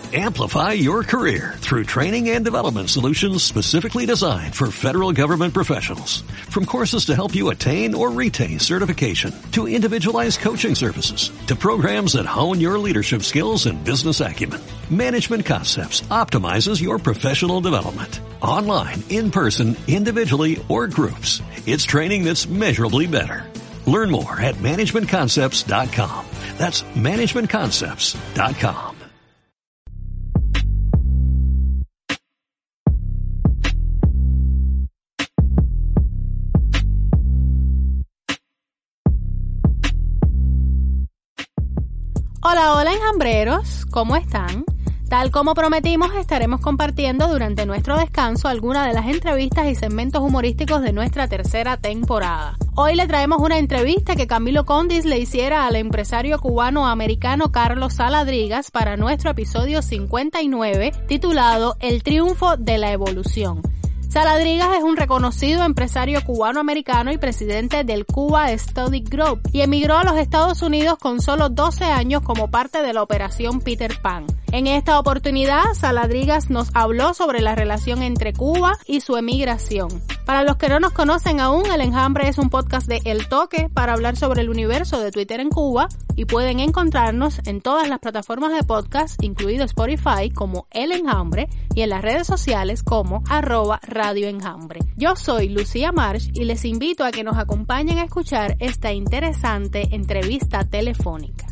Amplify your career through training and development solutions specifically designed for federal government professionals. From courses to help you attain or retain certification, to individualized coaching services, to programs that hone your leadership skills and business acumen, Management Concepts optimizes your professional development. Online, in person, individually, or groups, it's training that's measurably better. Learn more at managementconcepts.com. That's managementconcepts.com. Hola, hola enjambreros, ¿cómo están? Tal como prometimos, estaremos compartiendo durante nuestro descanso algunas de las entrevistas y segmentos humorísticos de nuestra tercera temporada. Hoy le traemos una entrevista que Camilo Condis le hiciera al empresario cubano-americano Carlos Saladrigas para nuestro episodio 59, titulado El triunfo de la evolución. Saladrigas es un reconocido empresario cubano-americano y presidente del Cuba Study Group y emigró a los Estados Unidos con solo 12 años como parte de la Operación Peter Pan. En esta oportunidad, Saladrigas nos habló sobre la relación entre Cuba y su emigración. Para los que no nos conocen aún, El Enjambre es un podcast de El Toque para hablar sobre el universo de Twitter en Cuba y pueden encontrarnos en todas las plataformas de podcast, incluido Spotify, como El Enjambre y en las redes sociales como @Radio Enjambre. Yo soy Lucía March y les invito a que nos acompañen a escuchar esta interesante entrevista telefónica.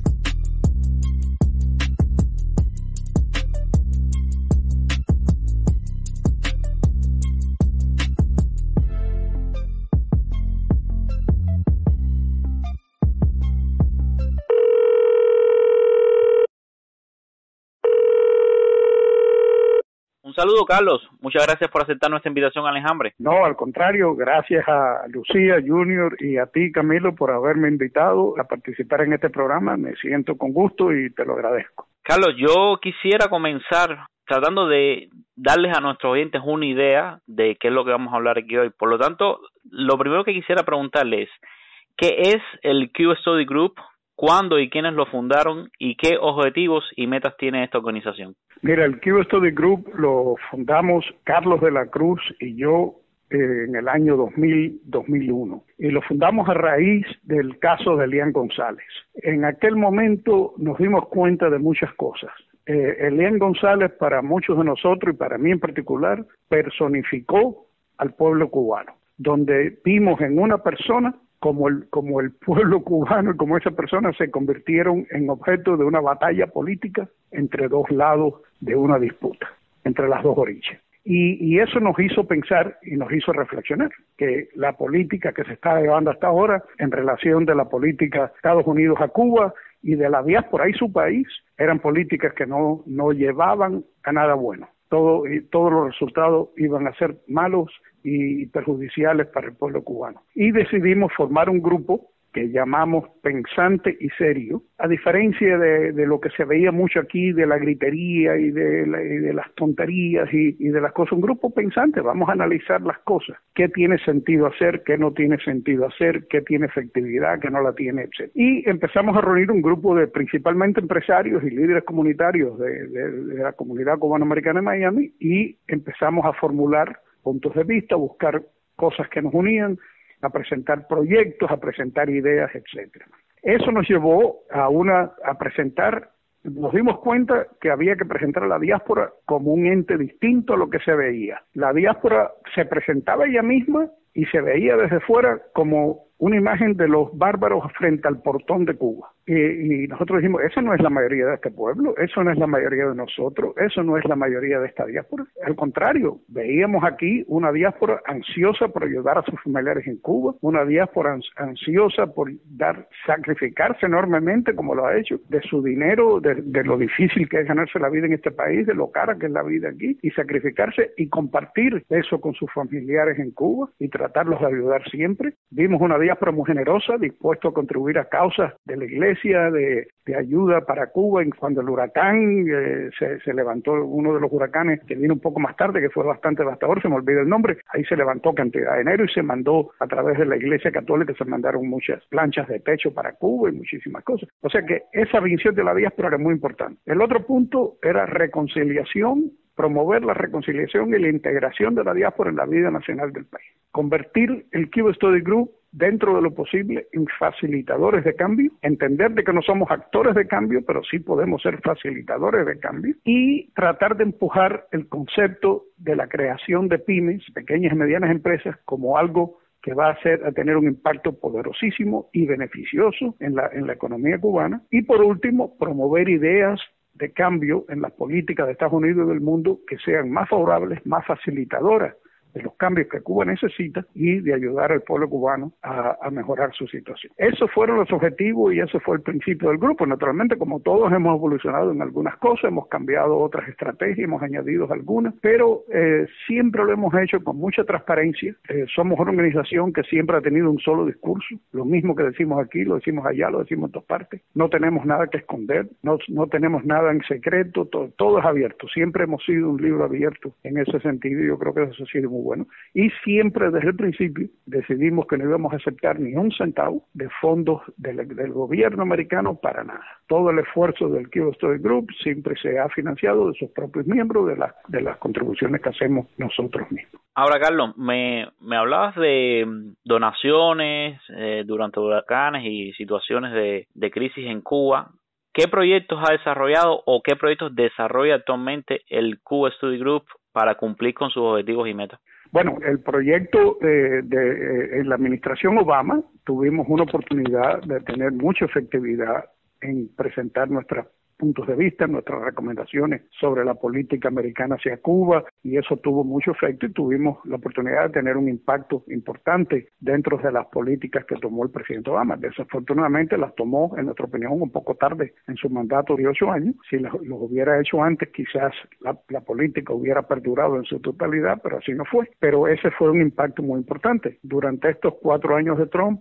Un saludo, Carlos. Muchas gracias por aceptar nuestra invitación al Enjambre. No, al contrario, gracias a Lucía Junior y a ti, Camilo, por haberme invitado a participar en este programa. Me siento con gusto y te lo agradezco. Carlos, yo quisiera comenzar tratando de darles a nuestros oyentes una idea de qué es lo que vamos a hablar aquí hoy. Por lo tanto, lo primero que quisiera preguntarles es, ¿qué es el Cuba Study Group? ¿Cuándo y quiénes lo fundaron? ¿Y qué objetivos y metas tiene esta organización? Mira, el Cuba Study Group lo fundamos Carlos de la Cruz y yo en el año 2001. Y lo fundamos a raíz del caso de Elian González. En aquel momento nos dimos cuenta de muchas cosas. Elian González, para muchos de nosotros y para mí en particular, personificó al pueblo cubano, donde vimos en una persona como el pueblo cubano y como esa persona se convirtieron en objeto de una batalla política entre dos lados de una disputa, entre las dos orillas. Y eso nos hizo pensar y nos hizo reflexionar que la política que se está llevando hasta ahora en relación de la política de Estados Unidos a Cuba y de la diáspora y su país eran políticas que no llevaban a nada bueno. Todos los resultados iban a ser malos y perjudiciales para el pueblo cubano. Y decidimos formar un grupo que llamamos Pensante y Serio, a diferencia de lo que se veía mucho aquí, de la gritería y de las tonterías y de las cosas. Un grupo pensante, vamos a analizar las cosas, qué tiene sentido hacer, qué no tiene sentido hacer, qué tiene efectividad, qué no la tiene, etc. Y empezamos a reunir un grupo de principalmente empresarios y líderes comunitarios de la comunidad cubanoamericana en Miami y empezamos a formular puntos de vista, a buscar cosas que nos unían, a presentar proyectos, a presentar ideas, etcétera. Eso nos llevó a presentar, nos dimos cuenta que había que presentar a la diáspora como un ente distinto a lo que se veía. La diáspora se presentaba ella misma y se veía desde fuera como una imagen de los bárbaros frente al portón de Cuba. Y nosotros dijimos, esa no es la mayoría de este pueblo, eso no es la mayoría de nosotros, eso no es la mayoría de esta diáspora. Al contrario, veíamos aquí una diáspora ansiosa por ayudar a sus familiares en Cuba, una diáspora ansiosa por sacrificarse enormemente, como lo ha hecho, de su dinero, de lo difícil que es ganarse la vida en este país, de lo cara que es la vida aquí, y sacrificarse y compartir eso con sus familiares en Cuba y tratarlos de ayudar siempre. Vimos una diáspora muy generosa, dispuesto a contribuir a causas de la iglesia, de ayuda para Cuba. Cuando el huracán se levantó, uno de los huracanes que vino un poco más tarde, que fue bastante devastador, se me olvida el nombre, ahí se levantó cantidad de dinero y se mandó a través de la iglesia católica, se mandaron muchas planchas de techo para Cuba y muchísimas cosas. O sea que esa visión de la diáspora era muy importante. El otro punto era reconciliación, promover la reconciliación y la integración de la diáspora en la vida nacional del país. Convertir el Cuba Study Group dentro de lo posible en facilitadores de cambio, entender de que no somos actores de cambio, pero sí podemos ser facilitadores de cambio, y tratar de empujar el concepto de la creación de pymes, pequeñas y medianas empresas, como algo que va a tener un impacto poderosísimo y beneficioso en la economía cubana. Y por último, promover ideas de cambio en las políticas de Estados Unidos y del mundo que sean más favorables, más facilitadoras de los cambios que Cuba necesita y de ayudar al pueblo cubano a mejorar su situación. Esos fueron los objetivos y ese fue el principio del grupo. Naturalmente, como todos hemos evolucionado en algunas cosas, hemos cambiado otras estrategias, hemos añadido algunas, pero siempre lo hemos hecho con mucha transparencia. Somos una organización que siempre ha tenido un solo discurso. Lo mismo que decimos aquí, lo decimos allá, lo decimos en todas partes. No tenemos nada que esconder, no tenemos nada en secreto, todo es abierto. Siempre hemos sido un libro abierto en ese sentido y yo creo que eso ha sido muy bueno. Y siempre desde el principio decidimos que no íbamos a aceptar ni un centavo de fondos del gobierno americano para nada. Todo el esfuerzo del Cuba Study Group siempre se ha financiado de sus propios miembros, de las contribuciones que hacemos nosotros mismos. Ahora, Carlos, me hablabas de donaciones durante huracanes y situaciones de crisis en Cuba. ¿Qué proyectos ha desarrollado o qué proyectos desarrolla actualmente el Cuba Study Group para cumplir con sus objetivos y metas? Bueno, el proyecto en la administración Obama tuvimos una oportunidad de tener mucha efectividad en presentar nuestros puntos de vista, nuestras recomendaciones sobre la política americana hacia Cuba, y eso tuvo mucho efecto y tuvimos la oportunidad de tener un impacto importante dentro de las políticas que tomó el presidente Obama. Desafortunadamente las tomó, en nuestra opinión, un poco tarde en su mandato de 8 años. Si lo hubiera hecho antes, quizás la política hubiera perdurado en su totalidad, pero así no fue. Pero ese fue un impacto muy importante. Durante estos 4 años de Trump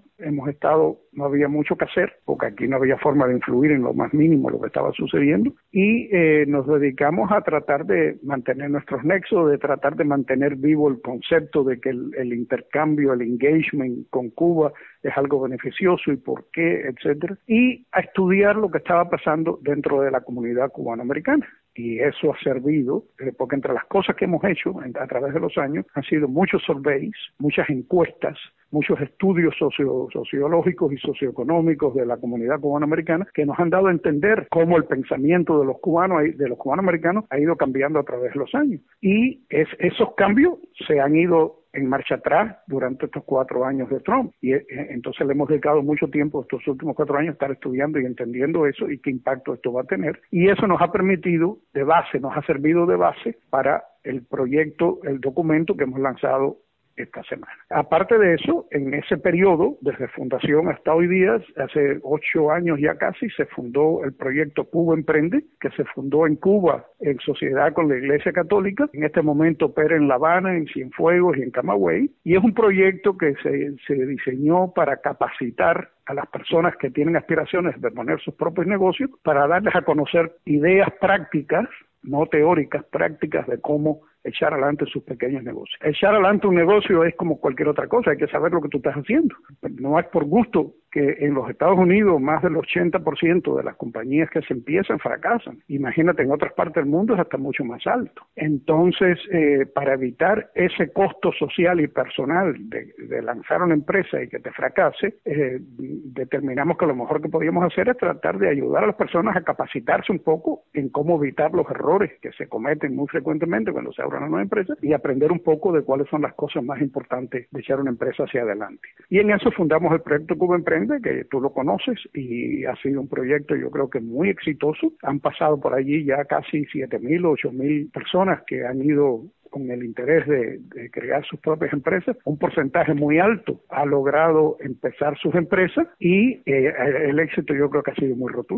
no había mucho que hacer, porque aquí no había forma de influir en lo más mínimo lo que estaba sucediendo, y nos dedicamos a tratar de mantener nuestros nexos, de tratar de mantener vivo el concepto de que el intercambio, el engagement con Cuba es algo beneficioso y por qué, etcétera, y a estudiar lo que estaba pasando dentro de la comunidad cubanoamericana. Y eso ha servido, porque entre las cosas que hemos hecho a través de los años han sido muchos surveys, muchas encuestas, muchos estudios sociológicos y socioeconómicos de la comunidad cubanoamericana que nos han dado a entender cómo el pensamiento de los cubanoamericanos ha ido cambiando a través de los años. Y esos cambios se han ido en marcha atrás durante estos 4 años de Trump, y entonces le hemos dedicado mucho tiempo estos últimos 4 años a estar estudiando y entendiendo eso y qué impacto esto va a tener, y eso nos ha permitido nos ha servido de base para el proyecto, el documento que hemos lanzado esta semana. Aparte de eso, en ese periodo, desde fundación hasta hoy día, hace 8 años ya casi, se fundó el proyecto Cuba Emprende, que se fundó en Cuba en sociedad con la Iglesia Católica. En este momento opera en La Habana, en Cienfuegos y en Camagüey, y es un proyecto que se diseñó para capacitar a las personas que tienen aspiraciones de poner sus propios negocios, para darles a conocer ideas prácticas, no teóricas, prácticas de cómo echar adelante sus pequeños negocios. Echar adelante un negocio es como cualquier otra cosa, hay que saber lo que tú estás haciendo. No es por gusto que en los Estados Unidos más del 80% de las compañías que se empiezan fracasan. Imagínate, en otras partes del mundo es hasta mucho más alto. Entonces, para evitar ese costo social y personal de lanzar una empresa y que te fracase, determinamos que lo mejor que podíamos hacer es tratar de ayudar a las personas a capacitarse un poco en cómo evitar los errores que se cometen muy frecuentemente cuando se abren una nueva empresa y aprender un poco de cuáles son las cosas más importantes de echar una empresa hacia adelante. Y en eso fundamos el proyecto Cuba Emprende, que tú lo conoces, y ha sido un proyecto yo creo que muy exitoso. Han pasado por allí ya casi 7,000 o 8,000 personas que han ido con el interés de crear sus propias empresas. Un porcentaje muy alto ha logrado empezar sus empresas y el éxito yo creo que ha sido muy rotundo.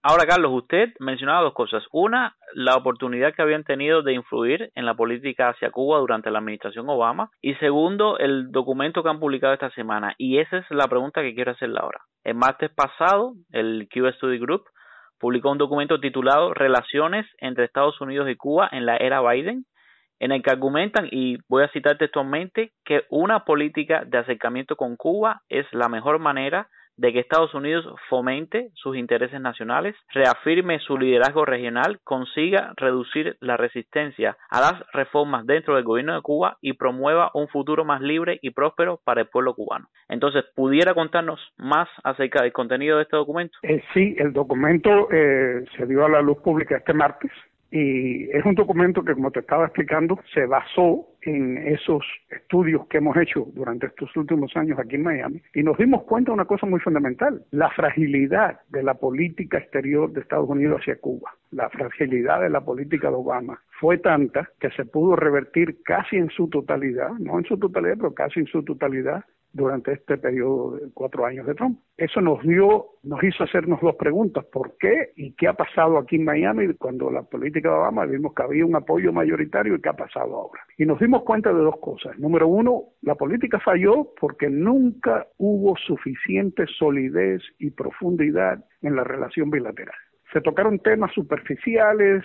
Ahora, Carlos, usted mencionaba dos cosas. Una, la oportunidad que habían tenido de influir en la política hacia Cuba durante la administración Obama. Y segundo, el documento que han publicado esta semana. Y esa es la pregunta que quiero hacerle ahora. El martes pasado, el Cuba Study Group publicó un documento titulado Relaciones entre Estados Unidos y Cuba en la era Biden, en el que argumentan, y voy a citar textualmente, que una política de acercamiento con Cuba es la mejor manera de que Estados Unidos fomente sus intereses nacionales, reafirme su liderazgo regional, consiga reducir la resistencia a las reformas dentro del gobierno de Cuba y promueva un futuro más libre y próspero para el pueblo cubano. Entonces, ¿pudiera contarnos más acerca del contenido de este documento? Sí, el documento se dio a la luz pública este martes. Y es un documento que, como te estaba explicando, se basó en esos estudios que hemos hecho durante estos últimos años aquí en Miami, y nos dimos cuenta de una cosa muy fundamental: la fragilidad de la política exterior de Estados Unidos hacia Cuba. La fragilidad de la política de Obama fue tanta que se pudo revertir casi en su totalidad, no en su totalidad, pero casi en su totalidad, durante este periodo de 4 años de Trump. Eso nos hizo hacernos dos preguntas: ¿por qué? ¿Y qué ha pasado aquí en Miami cuando la política de Obama vimos que había un apoyo mayoritario? ¿Y qué ha pasado ahora? Y nos dimos cuenta de dos cosas. Número uno, la política falló porque nunca hubo suficiente solidez y profundidad en la relación bilateral. Se tocaron temas superficiales,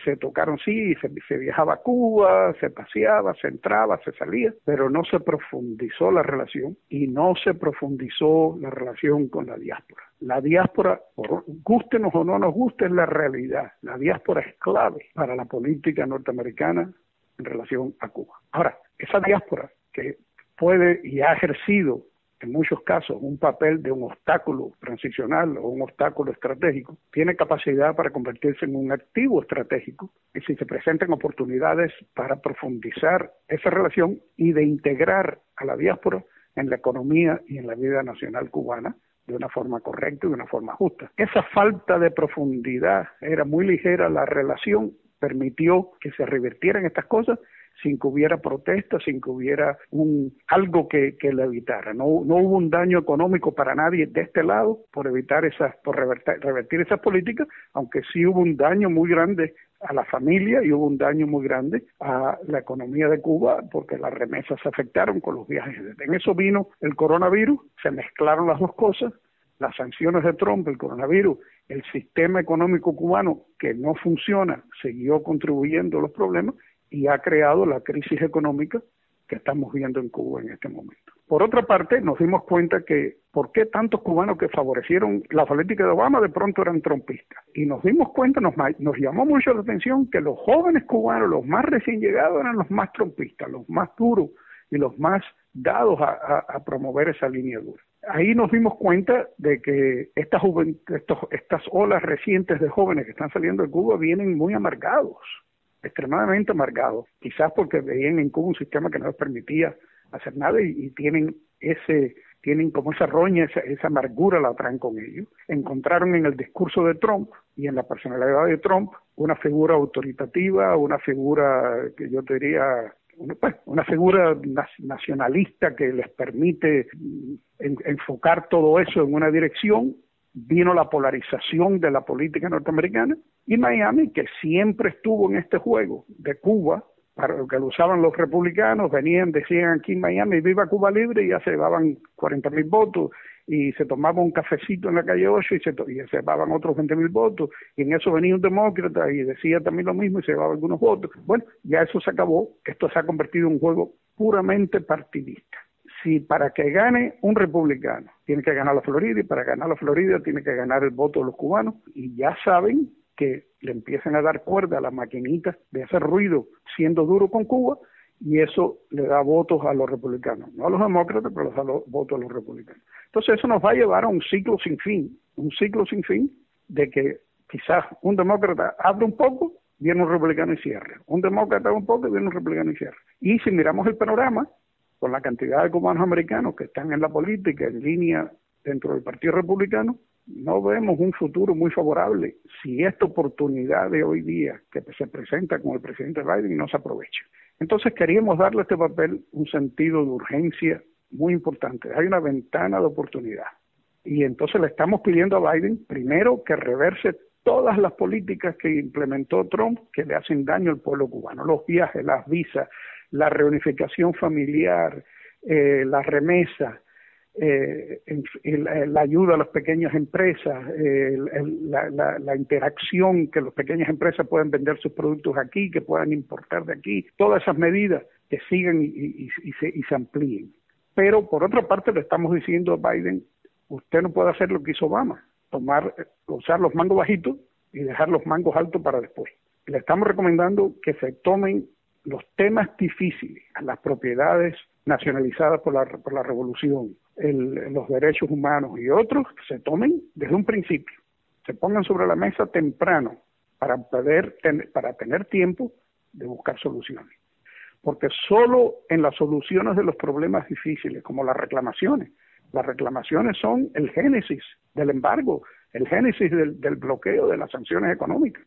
se viajaba a Cuba, se paseaba, se entraba, se salía, pero no se profundizó la relación, y no se profundizó la relación con la diáspora. La diáspora, gústenos o no nos guste, es la realidad. La diáspora es clave para la política norteamericana en relación a Cuba. Ahora, esa diáspora que puede y ha ejercido en muchos casos un papel de un obstáculo transicional o un obstáculo estratégico, tiene capacidad para convertirse en un activo estratégico, y si se presentan oportunidades para profundizar esa relación y de integrar a la diáspora en la economía y en la vida nacional cubana de una forma correcta y de una forma justa. Esa falta de profundidad, era muy ligera la relación, permitió que se revirtieran estas cosas sin que hubiera protesta, sin que hubiera algo que la evitara. No hubo un daño económico para nadie de este lado por revertir esas políticas, aunque sí hubo un daño muy grande a la familia y hubo un daño muy grande a la economía de Cuba, porque las remesas se afectaron con los viajes. En eso vino el coronavirus, se mezclaron las dos cosas: las sanciones de Trump, el coronavirus, el sistema económico cubano que no funciona, siguió contribuyendo a los problemas y ha creado la crisis económica que estamos viendo en Cuba en este momento. Por otra parte, nos dimos cuenta que por qué tantos cubanos que favorecieron la política de Obama de pronto eran trumpistas. Y nos dimos cuenta, nos llamó mucho la atención que los jóvenes cubanos, los más recién llegados, eran los más trumpistas, los más duros y los más dados a promover esa línea dura. Ahí nos dimos cuenta de que estas olas recientes de jóvenes que están saliendo de Cuba vienen muy amargados, extremadamente amargados, quizás porque veían en Cuba un sistema que no les permitía hacer nada, y tienen como esa roña, esa amargura la traen con ellos. Encontraron en el discurso de Trump y en la personalidad de Trump una figura autoritativa, una figura que yo te diría, una figura nacionalista que les permite enfocar todo eso en una dirección. Vino la polarización de la política norteamericana, y Miami, que siempre estuvo en este juego de Cuba, para lo que lo usaban los republicanos, decían aquí en Miami, viva Cuba libre, y ya se llevaban 40,000 votos, y se tomaba un cafecito en la calle 8 y se llevaban otros 20,000 votos, y en eso venía un demócrata y decía también lo mismo y se llevaba algunos votos. Bueno, ya eso se acabó. Esto se ha convertido en un juego puramente partidista. Si para que gane un republicano tiene que ganar la Florida, y para ganar la Florida tiene que ganar el voto de los cubanos, y ya saben que le empiezan a dar cuerda a la maquinita de hacer ruido siendo duro con Cuba, y eso le da votos a los republicanos, no a los demócratas, pero les da votos a los republicanos. Entonces eso nos va a llevar a un ciclo sin fin de que quizás un demócrata abre un poco, viene un republicano y cierra, un demócrata abre un poco y viene un republicano y cierra. Y si miramos el panorama, con la cantidad de cubanos americanos que están en la política, en línea dentro del Partido Republicano, no vemos un futuro muy favorable si esta oportunidad de hoy día que se presenta con el presidente Biden no se aprovecha. Entonces queríamos darle a este papel un sentido de urgencia muy importante. Hay una ventana de oportunidad, y entonces le estamos pidiendo a Biden primero que reverse todas las políticas que implementó Trump que le hacen daño al pueblo cubano, los viajes, las visas, la reunificación familiar, la remesa, la ayuda a las pequeñas empresas, la interacción que las pequeñas empresas pueden vender sus productos aquí, que puedan importar de aquí, todas esas medidas que sigan y se amplíen. Pero por otra parte le estamos diciendo a Biden, usted no puede hacer lo que hizo Obama, usar los mangos bajitos y dejar los mangos altos para después. Le estamos recomendando que se tomen los temas difíciles, las propiedades nacionalizadas por la revolución, los derechos humanos y otros, se tomen desde un principio, se pongan sobre la mesa temprano para tener tiempo de buscar soluciones. Porque solo en las soluciones de los problemas difíciles, como las reclamaciones son el génesis del embargo, el génesis del bloqueo de las sanciones económicas,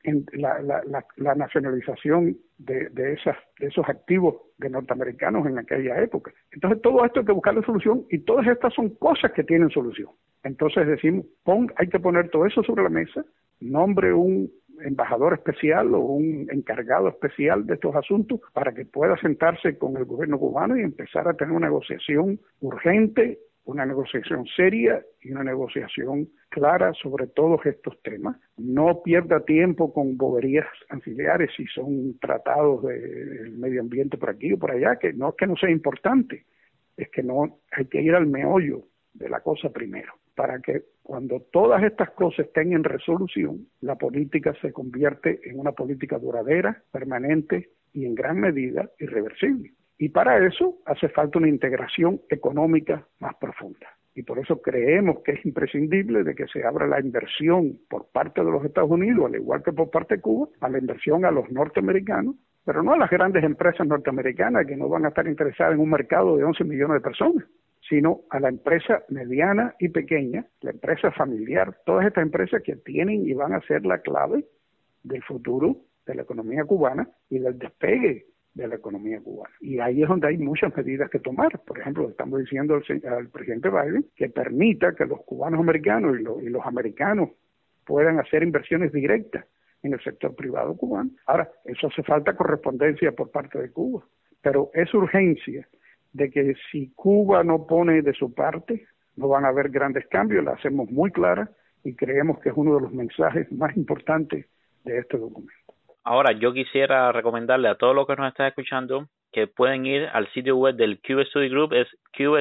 la nacionalización de esos activos de norteamericanos en aquella época. Entonces todo esto hay que buscarle solución y todas estas son cosas que tienen solución. Entonces decimos, hay que poner todo eso sobre la mesa, nombre un embajador especial o un encargado especial de estos asuntos para que pueda sentarse con el gobierno cubano y empezar a tener una negociación urgente, una negociación seria y una negociación clara sobre todos estos temas. No pierda tiempo con boberías anciliares si son tratados del medio ambiente por aquí o por allá, que no sea importante, es que no hay que ir al meollo de la cosa primero, para que cuando todas estas cosas estén en resolución, la política se convierte en una política duradera, permanente y en gran medida irreversible. Y para eso hace falta una integración económica más profunda. Y por eso creemos que es imprescindible de que se abra la inversión por parte de los Estados Unidos, al igual que por parte de Cuba, a la inversión a los norteamericanos, pero no a las grandes empresas norteamericanas que no van a estar interesadas en un mercado de 11 millones de personas, sino a la empresa mediana y pequeña, la empresa familiar, todas estas empresas que tienen y van a ser la clave del futuro de la economía cubana y del despegue de la economía cubana. Y ahí es donde hay muchas medidas que tomar. Por ejemplo, le estamos diciendo al presidente Biden que permita que los cubanos americanos y los americanos puedan hacer inversiones directas en el sector privado cubano. Ahora, eso hace falta correspondencia por parte de Cuba, pero es urgencia de que si Cuba no pone de su parte, no van a haber grandes cambios, la hacemos muy clara y creemos que es uno de los mensajes más importantes de este documento. Ahora, yo quisiera recomendarle a todos los que nos están escuchando que pueden ir al sitio web del Cuba Study Group, es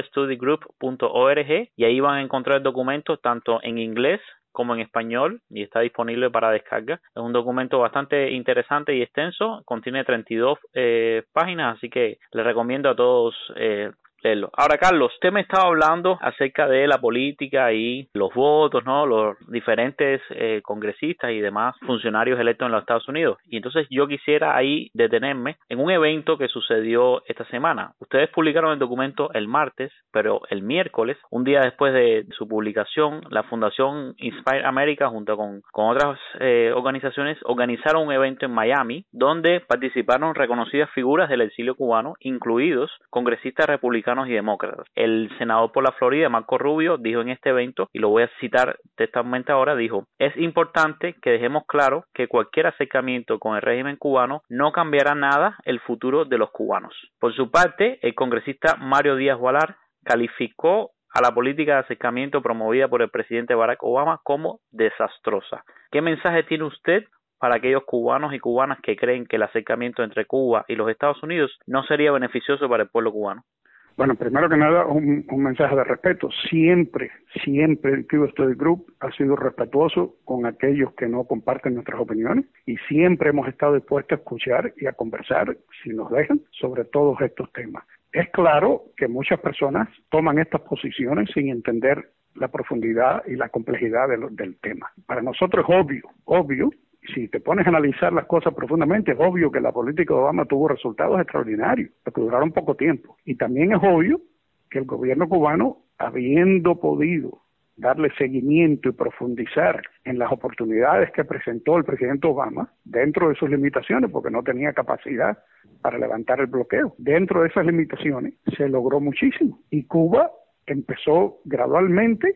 cubastudygroup.org, y ahí van a encontrar documentos tanto en inglés como en español y está disponible para descarga. Es un documento bastante interesante y extenso, contiene 32 páginas, así que les recomiendo a todos leerlo. Ahora, Carlos, usted me estaba hablando acerca de la política y los votos, ¿no? Los diferentes congresistas y demás funcionarios electos en los Estados Unidos. Y entonces yo quisiera ahí detenerme en un evento que sucedió esta semana. Ustedes publicaron el documento el martes, pero el miércoles, un día después de su publicación, la Fundación Inspire America junto con otras organizaciones organizaron un evento en Miami donde participaron reconocidas figuras del exilio cubano, incluidos congresistas republicanos y demócratas. El senador por la Florida, Marco Rubio, dijo en este evento, y lo voy a citar textualmente ahora, dijo: es importante que dejemos claro que cualquier acercamiento con el régimen cubano no cambiará nada el futuro de los cubanos. Por su parte, el congresista Mario Díaz-Balart calificó a la política de acercamiento promovida por el presidente Barack Obama como desastrosa. ¿Qué mensaje tiene usted para aquellos cubanos y cubanas que creen que el acercamiento entre Cuba y los Estados Unidos no sería beneficioso para el pueblo cubano? Bueno, primero que nada, un mensaje de respeto. Siempre el Cuba Study Group ha sido respetuoso con aquellos que no comparten nuestras opiniones y siempre hemos estado dispuestos a escuchar y a conversar, si nos dejan, sobre todos estos temas. Es claro que muchas personas toman estas posiciones sin entender la profundidad y la complejidad del tema. Para nosotros es obvio. Si te pones a analizar las cosas profundamente, es obvio que la política de Obama tuvo resultados extraordinarios, que duraron poco tiempo. Y también es obvio que el gobierno cubano, habiendo podido darle seguimiento y profundizar en las oportunidades que presentó el presidente Obama, dentro de sus limitaciones, porque no tenía capacidad para levantar el bloqueo, dentro de esas limitaciones se logró muchísimo. Y Cuba empezó gradualmente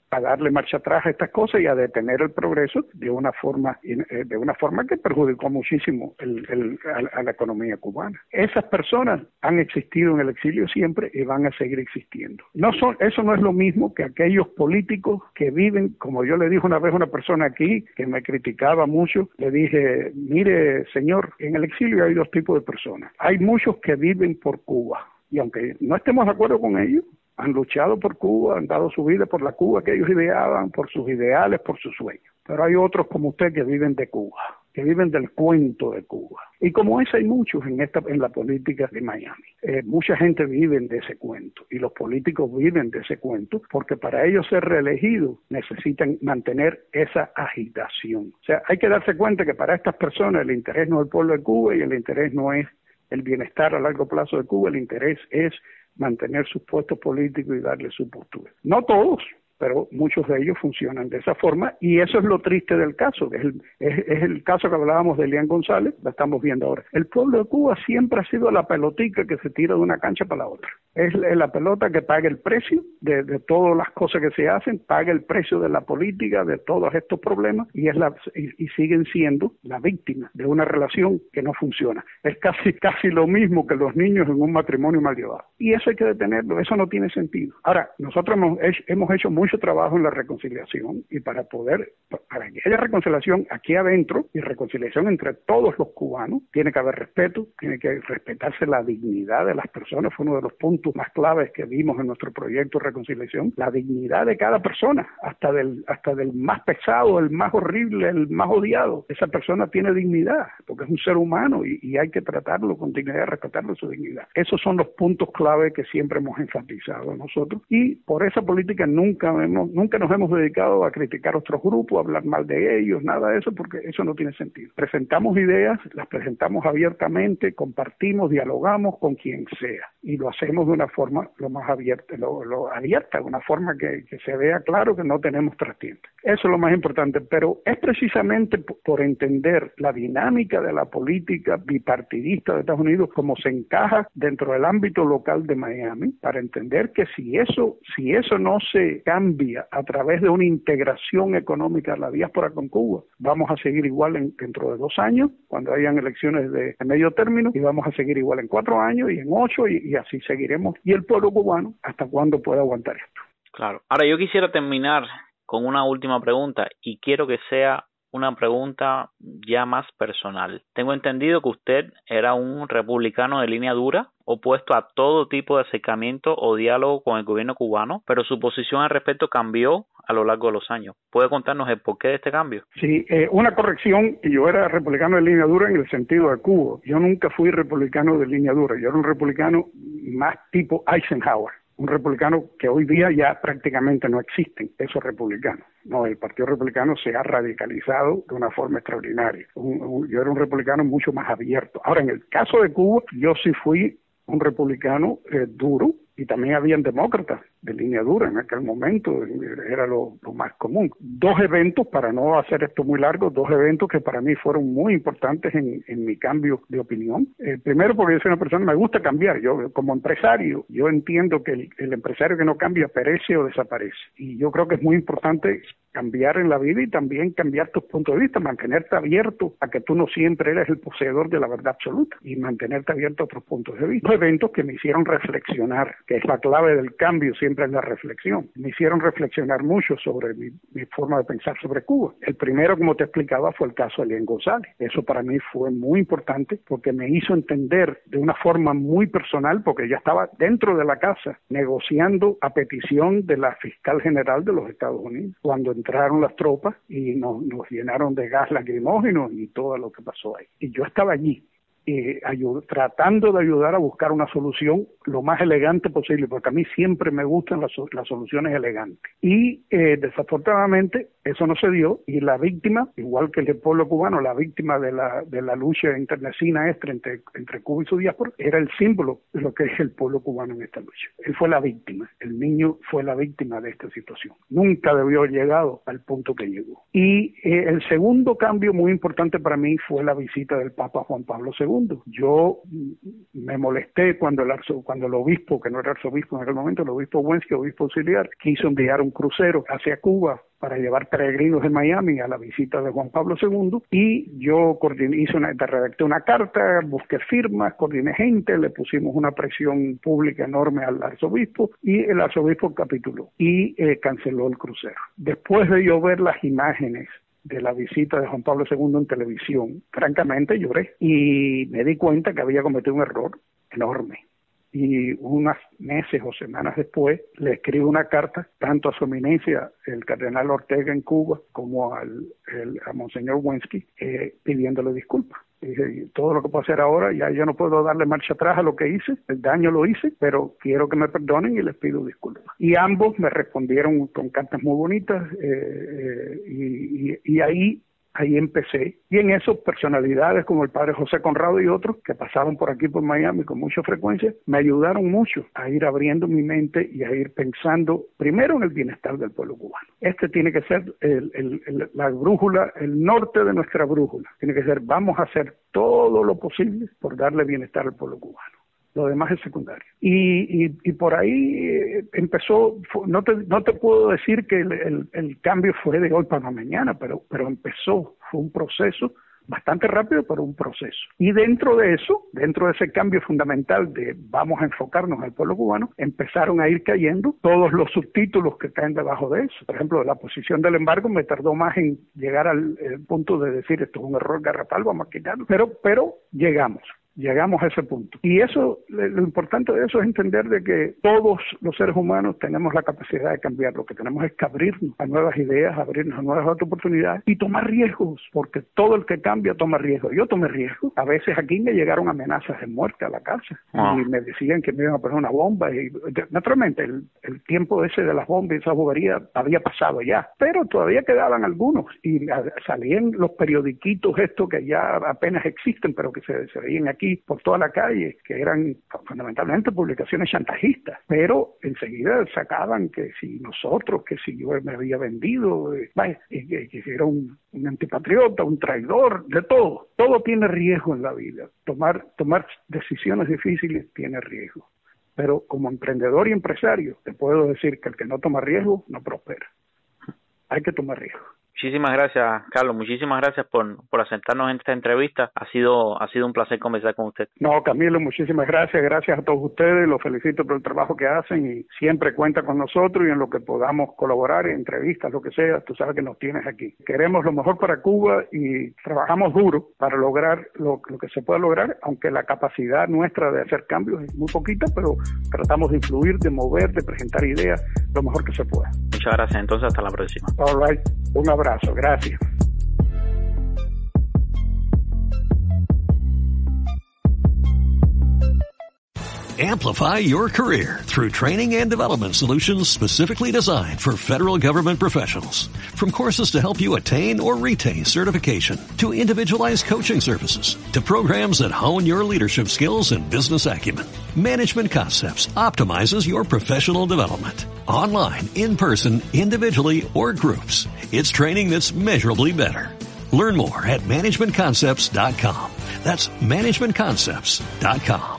a darle marcha atrás a estas cosas y a detener el progreso de una forma que perjudicó muchísimo a la economía cubana. Esas personas han existido en el exilio siempre y van a seguir existiendo. Eso no es lo mismo que aquellos políticos que viven, como yo le dije una vez a una persona aquí que me criticaba mucho, le dije, mire señor, en el exilio hay dos tipos de personas. Hay muchos que viven por Cuba y aunque no estemos de acuerdo con ellos, han luchado por Cuba, han dado su vida por la Cuba que ellos ideaban, por sus ideales, por sus sueños. Pero hay otros como usted que viven de Cuba, que viven del cuento de Cuba. Y como ese hay muchos en la política de Miami. Mucha gente vive de ese cuento y los políticos viven de ese cuento porque para ellos ser reelegidos necesitan mantener esa agitación. O sea, hay que darse cuenta que para estas personas el interés no es el pueblo de Cuba y el interés no es el bienestar a largo plazo de Cuba, el interés es mantener sus puestos políticos y darle su postura. No todos, pero muchos de ellos funcionan de esa forma y eso es lo triste del caso, que es el caso que hablábamos de Elian González, lo estamos viendo ahora. El pueblo de Cuba siempre ha sido la pelotica que se tira de una cancha para la otra. Es la pelota que paga el precio de todas las cosas que se hacen, paga el precio de la política, de todos estos problemas y siguen siendo la víctima de una relación que no funciona. Es casi lo mismo que los niños en un matrimonio mal llevado. Y eso hay que detenerlo, eso no tiene sentido. Ahora, nosotros hemos hecho mucho trabajo en la reconciliación y para que haya reconciliación aquí adentro y reconciliación entre todos los cubanos, tiene que haber respeto, tiene que respetarse la dignidad de las personas, fue uno de los puntos más claves que vimos en nuestro proyecto de reconciliación, la dignidad de cada persona, hasta del más pesado, el más horrible, el más odiado, esa persona tiene dignidad, porque es un ser humano y hay que tratarlo con dignidad, respetarlo su dignidad. Esos son los puntos clave que siempre hemos enfatizado nosotros y por esa política nunca nos hemos dedicado a criticar a otros grupos, a hablar mal de ellos, nada de eso, porque eso no tiene sentido. Presentamos ideas, las presentamos abiertamente, compartimos, dialogamos con quien sea y lo hacemos de una forma lo más abierta, abierta, de una forma que se vea claro que no tenemos trastienda. Eso es lo más importante, pero es precisamente por entender la dinámica de la política bipartidista de Estados Unidos, como se encaja dentro del ámbito local de Miami, para entender que si eso no se cambia a través de una integración económica de la diáspora con Cuba, vamos a seguir igual dentro de 2 años, cuando hayan elecciones de medio término, y vamos a seguir igual en 4 años y en 8 y así seguiremos. Y el pueblo cubano, ¿hasta cuándo puede aguantar esto? Claro. Ahora yo quisiera terminar con una última pregunta y quiero que sea una pregunta ya más personal. Tengo entendido que usted era un republicano de línea dura, opuesto a todo tipo de acercamiento o diálogo con el gobierno cubano, pero su posición al respecto cambió a lo largo de los años. ¿Puede contarnos el porqué de este cambio? Sí, una corrección, yo era republicano de línea dura en el sentido de Cuba. Yo nunca fui republicano de línea dura, yo era un republicano más tipo Eisenhower. Un republicano que hoy día ya prácticamente no existen, esos republicanos. No, el Partido Republicano se ha radicalizado de una forma extraordinaria. Yo era un republicano mucho más abierto. Ahora, en el caso de Cuba, yo sí fui un republicano duro y también habían demócratas de línea dura en aquel momento, era lo más común. 2 eventos, para no hacer esto muy largo, 2 eventos que para mí fueron muy importantes en mi cambio de opinión. Primero porque yo soy una persona, me gusta cambiar, yo como empresario, yo entiendo que el empresario que no cambia perece o desaparece. Y yo creo que es muy importante cambiar en la vida y también cambiar tus puntos de vista, mantenerte abierto a que tú no siempre eres el poseedor de la verdad absoluta y mantenerte abierto a otros puntos de vista. 2 eventos que me hicieron reflexionar, que es la clave del cambio, siempre es la reflexión. Me hicieron reflexionar mucho sobre mi forma de pensar sobre Cuba. El primero, como te explicaba, fue el caso de Elian González. Eso para mí fue muy importante porque me hizo entender de una forma muy personal, porque ya estaba dentro de la casa negociando a petición de la fiscal general de los Estados Unidos, cuando entraron las tropas y nos llenaron de gas lacrimógeno y todo lo que pasó ahí. Y yo estaba allí. Tratando de ayudar a buscar una solución lo más elegante posible, porque a mí siempre me gustan las soluciones elegantes. Y desafortunadamente Eso no se dio y la víctima, igual que el pueblo cubano, la víctima de la lucha internecina entre Cuba y su diáspora, era el símbolo de lo que es el pueblo cubano en esta lucha. Él fue la víctima, el niño fue la víctima de esta situación. Nunca debió haber llegado al punto que llegó. Y el segundo cambio muy importante para mí fue la visita del Papa Juan Pablo II. Yo me molesté cuando el obispo, que no era arzobispo en aquel momento, el obispo Wensky, obispo auxiliar, quiso enviar un crucero hacia Cuba para llevar peregrinos de Miami a la visita de Juan Pablo II, y yo redacté una carta, busqué firmas, coordiné gente, le pusimos una presión pública enorme al arzobispo, y el arzobispo capituló y canceló el crucero. Después de yo ver las imágenes de la visita de Juan Pablo II en televisión, francamente lloré y me di cuenta que había cometido un error enorme. Y unos meses o semanas después le escribo una carta tanto a su eminencia, el cardenal Ortega en Cuba, como a Monseñor Wensky, pidiéndole disculpas. Dije, todo lo que puedo hacer ahora, ya yo no puedo darle marcha atrás a lo que hice, el daño lo hice, pero quiero que me perdonen y les pido disculpas. Y ambos me respondieron con cartas muy bonitas, y ahí empecé. Y en eso, personalidades como el padre José Conrado y otros que pasaban por aquí por Miami con mucha frecuencia, me ayudaron mucho a ir abriendo mi mente y a ir pensando primero en el bienestar del pueblo cubano. Este tiene que ser la brújula, el norte de nuestra brújula. Tiene que ser, vamos a hacer todo lo posible por darle bienestar al pueblo cubano. Lo demás es secundario. Y por ahí empezó, no te puedo decir que el cambio fue de hoy para mañana, pero empezó, fue un proceso bastante rápido, pero un proceso. Y dentro de ese cambio fundamental de vamos a enfocarnos al pueblo cubano, empezaron a ir cayendo todos los subtítulos que caen debajo de eso. Por ejemplo, la posición del embargo me tardó más en llegar al punto de decir esto es un error garrafal, vamos a quitarlo, pero llegamos a ese punto. Y eso, lo importante de eso es entender de que todos los seres humanos tenemos la capacidad de cambiar. Lo que tenemos es que abrirnos a nuevas ideas, abrirnos a nuevas oportunidades y tomar riesgos, porque todo el que cambia toma riesgos. Yo tomé riesgos. A veces aquí me llegaron amenazas de muerte a la casa y me decían que me iban a poner una bomba. Y naturalmente el tiempo ese de las bombas y esa bobería había pasado ya, pero todavía quedaban algunos y salían los periodiquitos estos que ya apenas existen, pero que se veían aquí por toda la calle, que eran fundamentalmente publicaciones chantajistas, pero enseguida sacaban que si yo me había vendido, que era un antipatriota, un traidor, de todo. Todo tiene riesgo en la vida. Tomar decisiones difíciles tiene riesgo. Pero como emprendedor y empresario, te puedo decir que el que no toma riesgo no prospera. Hay que tomar riesgo. Muchísimas gracias, Carlos. Muchísimas gracias por aceptarnos en esta entrevista. Ha sido un placer conversar con usted. No, Camilo, muchísimas gracias. Gracias a todos ustedes. Los felicito por el trabajo que hacen y siempre cuenta con nosotros y en lo que podamos colaborar, en entrevistas, lo que sea. Tú sabes que nos tienes aquí. Queremos lo mejor para Cuba y trabajamos duro para lograr lo que se pueda lograr, aunque la capacidad nuestra de hacer cambios es muy poquita, pero tratamos de influir, de mover, de presentar ideas lo mejor que se pueda. Muchas gracias. Entonces, hasta la próxima. All right. Un abrazo. Gracias. Amplify your career through training and development solutions specifically designed for federal government professionals. From courses to help you attain or retain certification, to individualized coaching services, to programs that hone your leadership skills and business acumen, Management Concepts optimizes your professional development. Online, in person, individually, or groups, it's training that's measurably better. Learn more at managementconcepts.com. That's managementconcepts.com.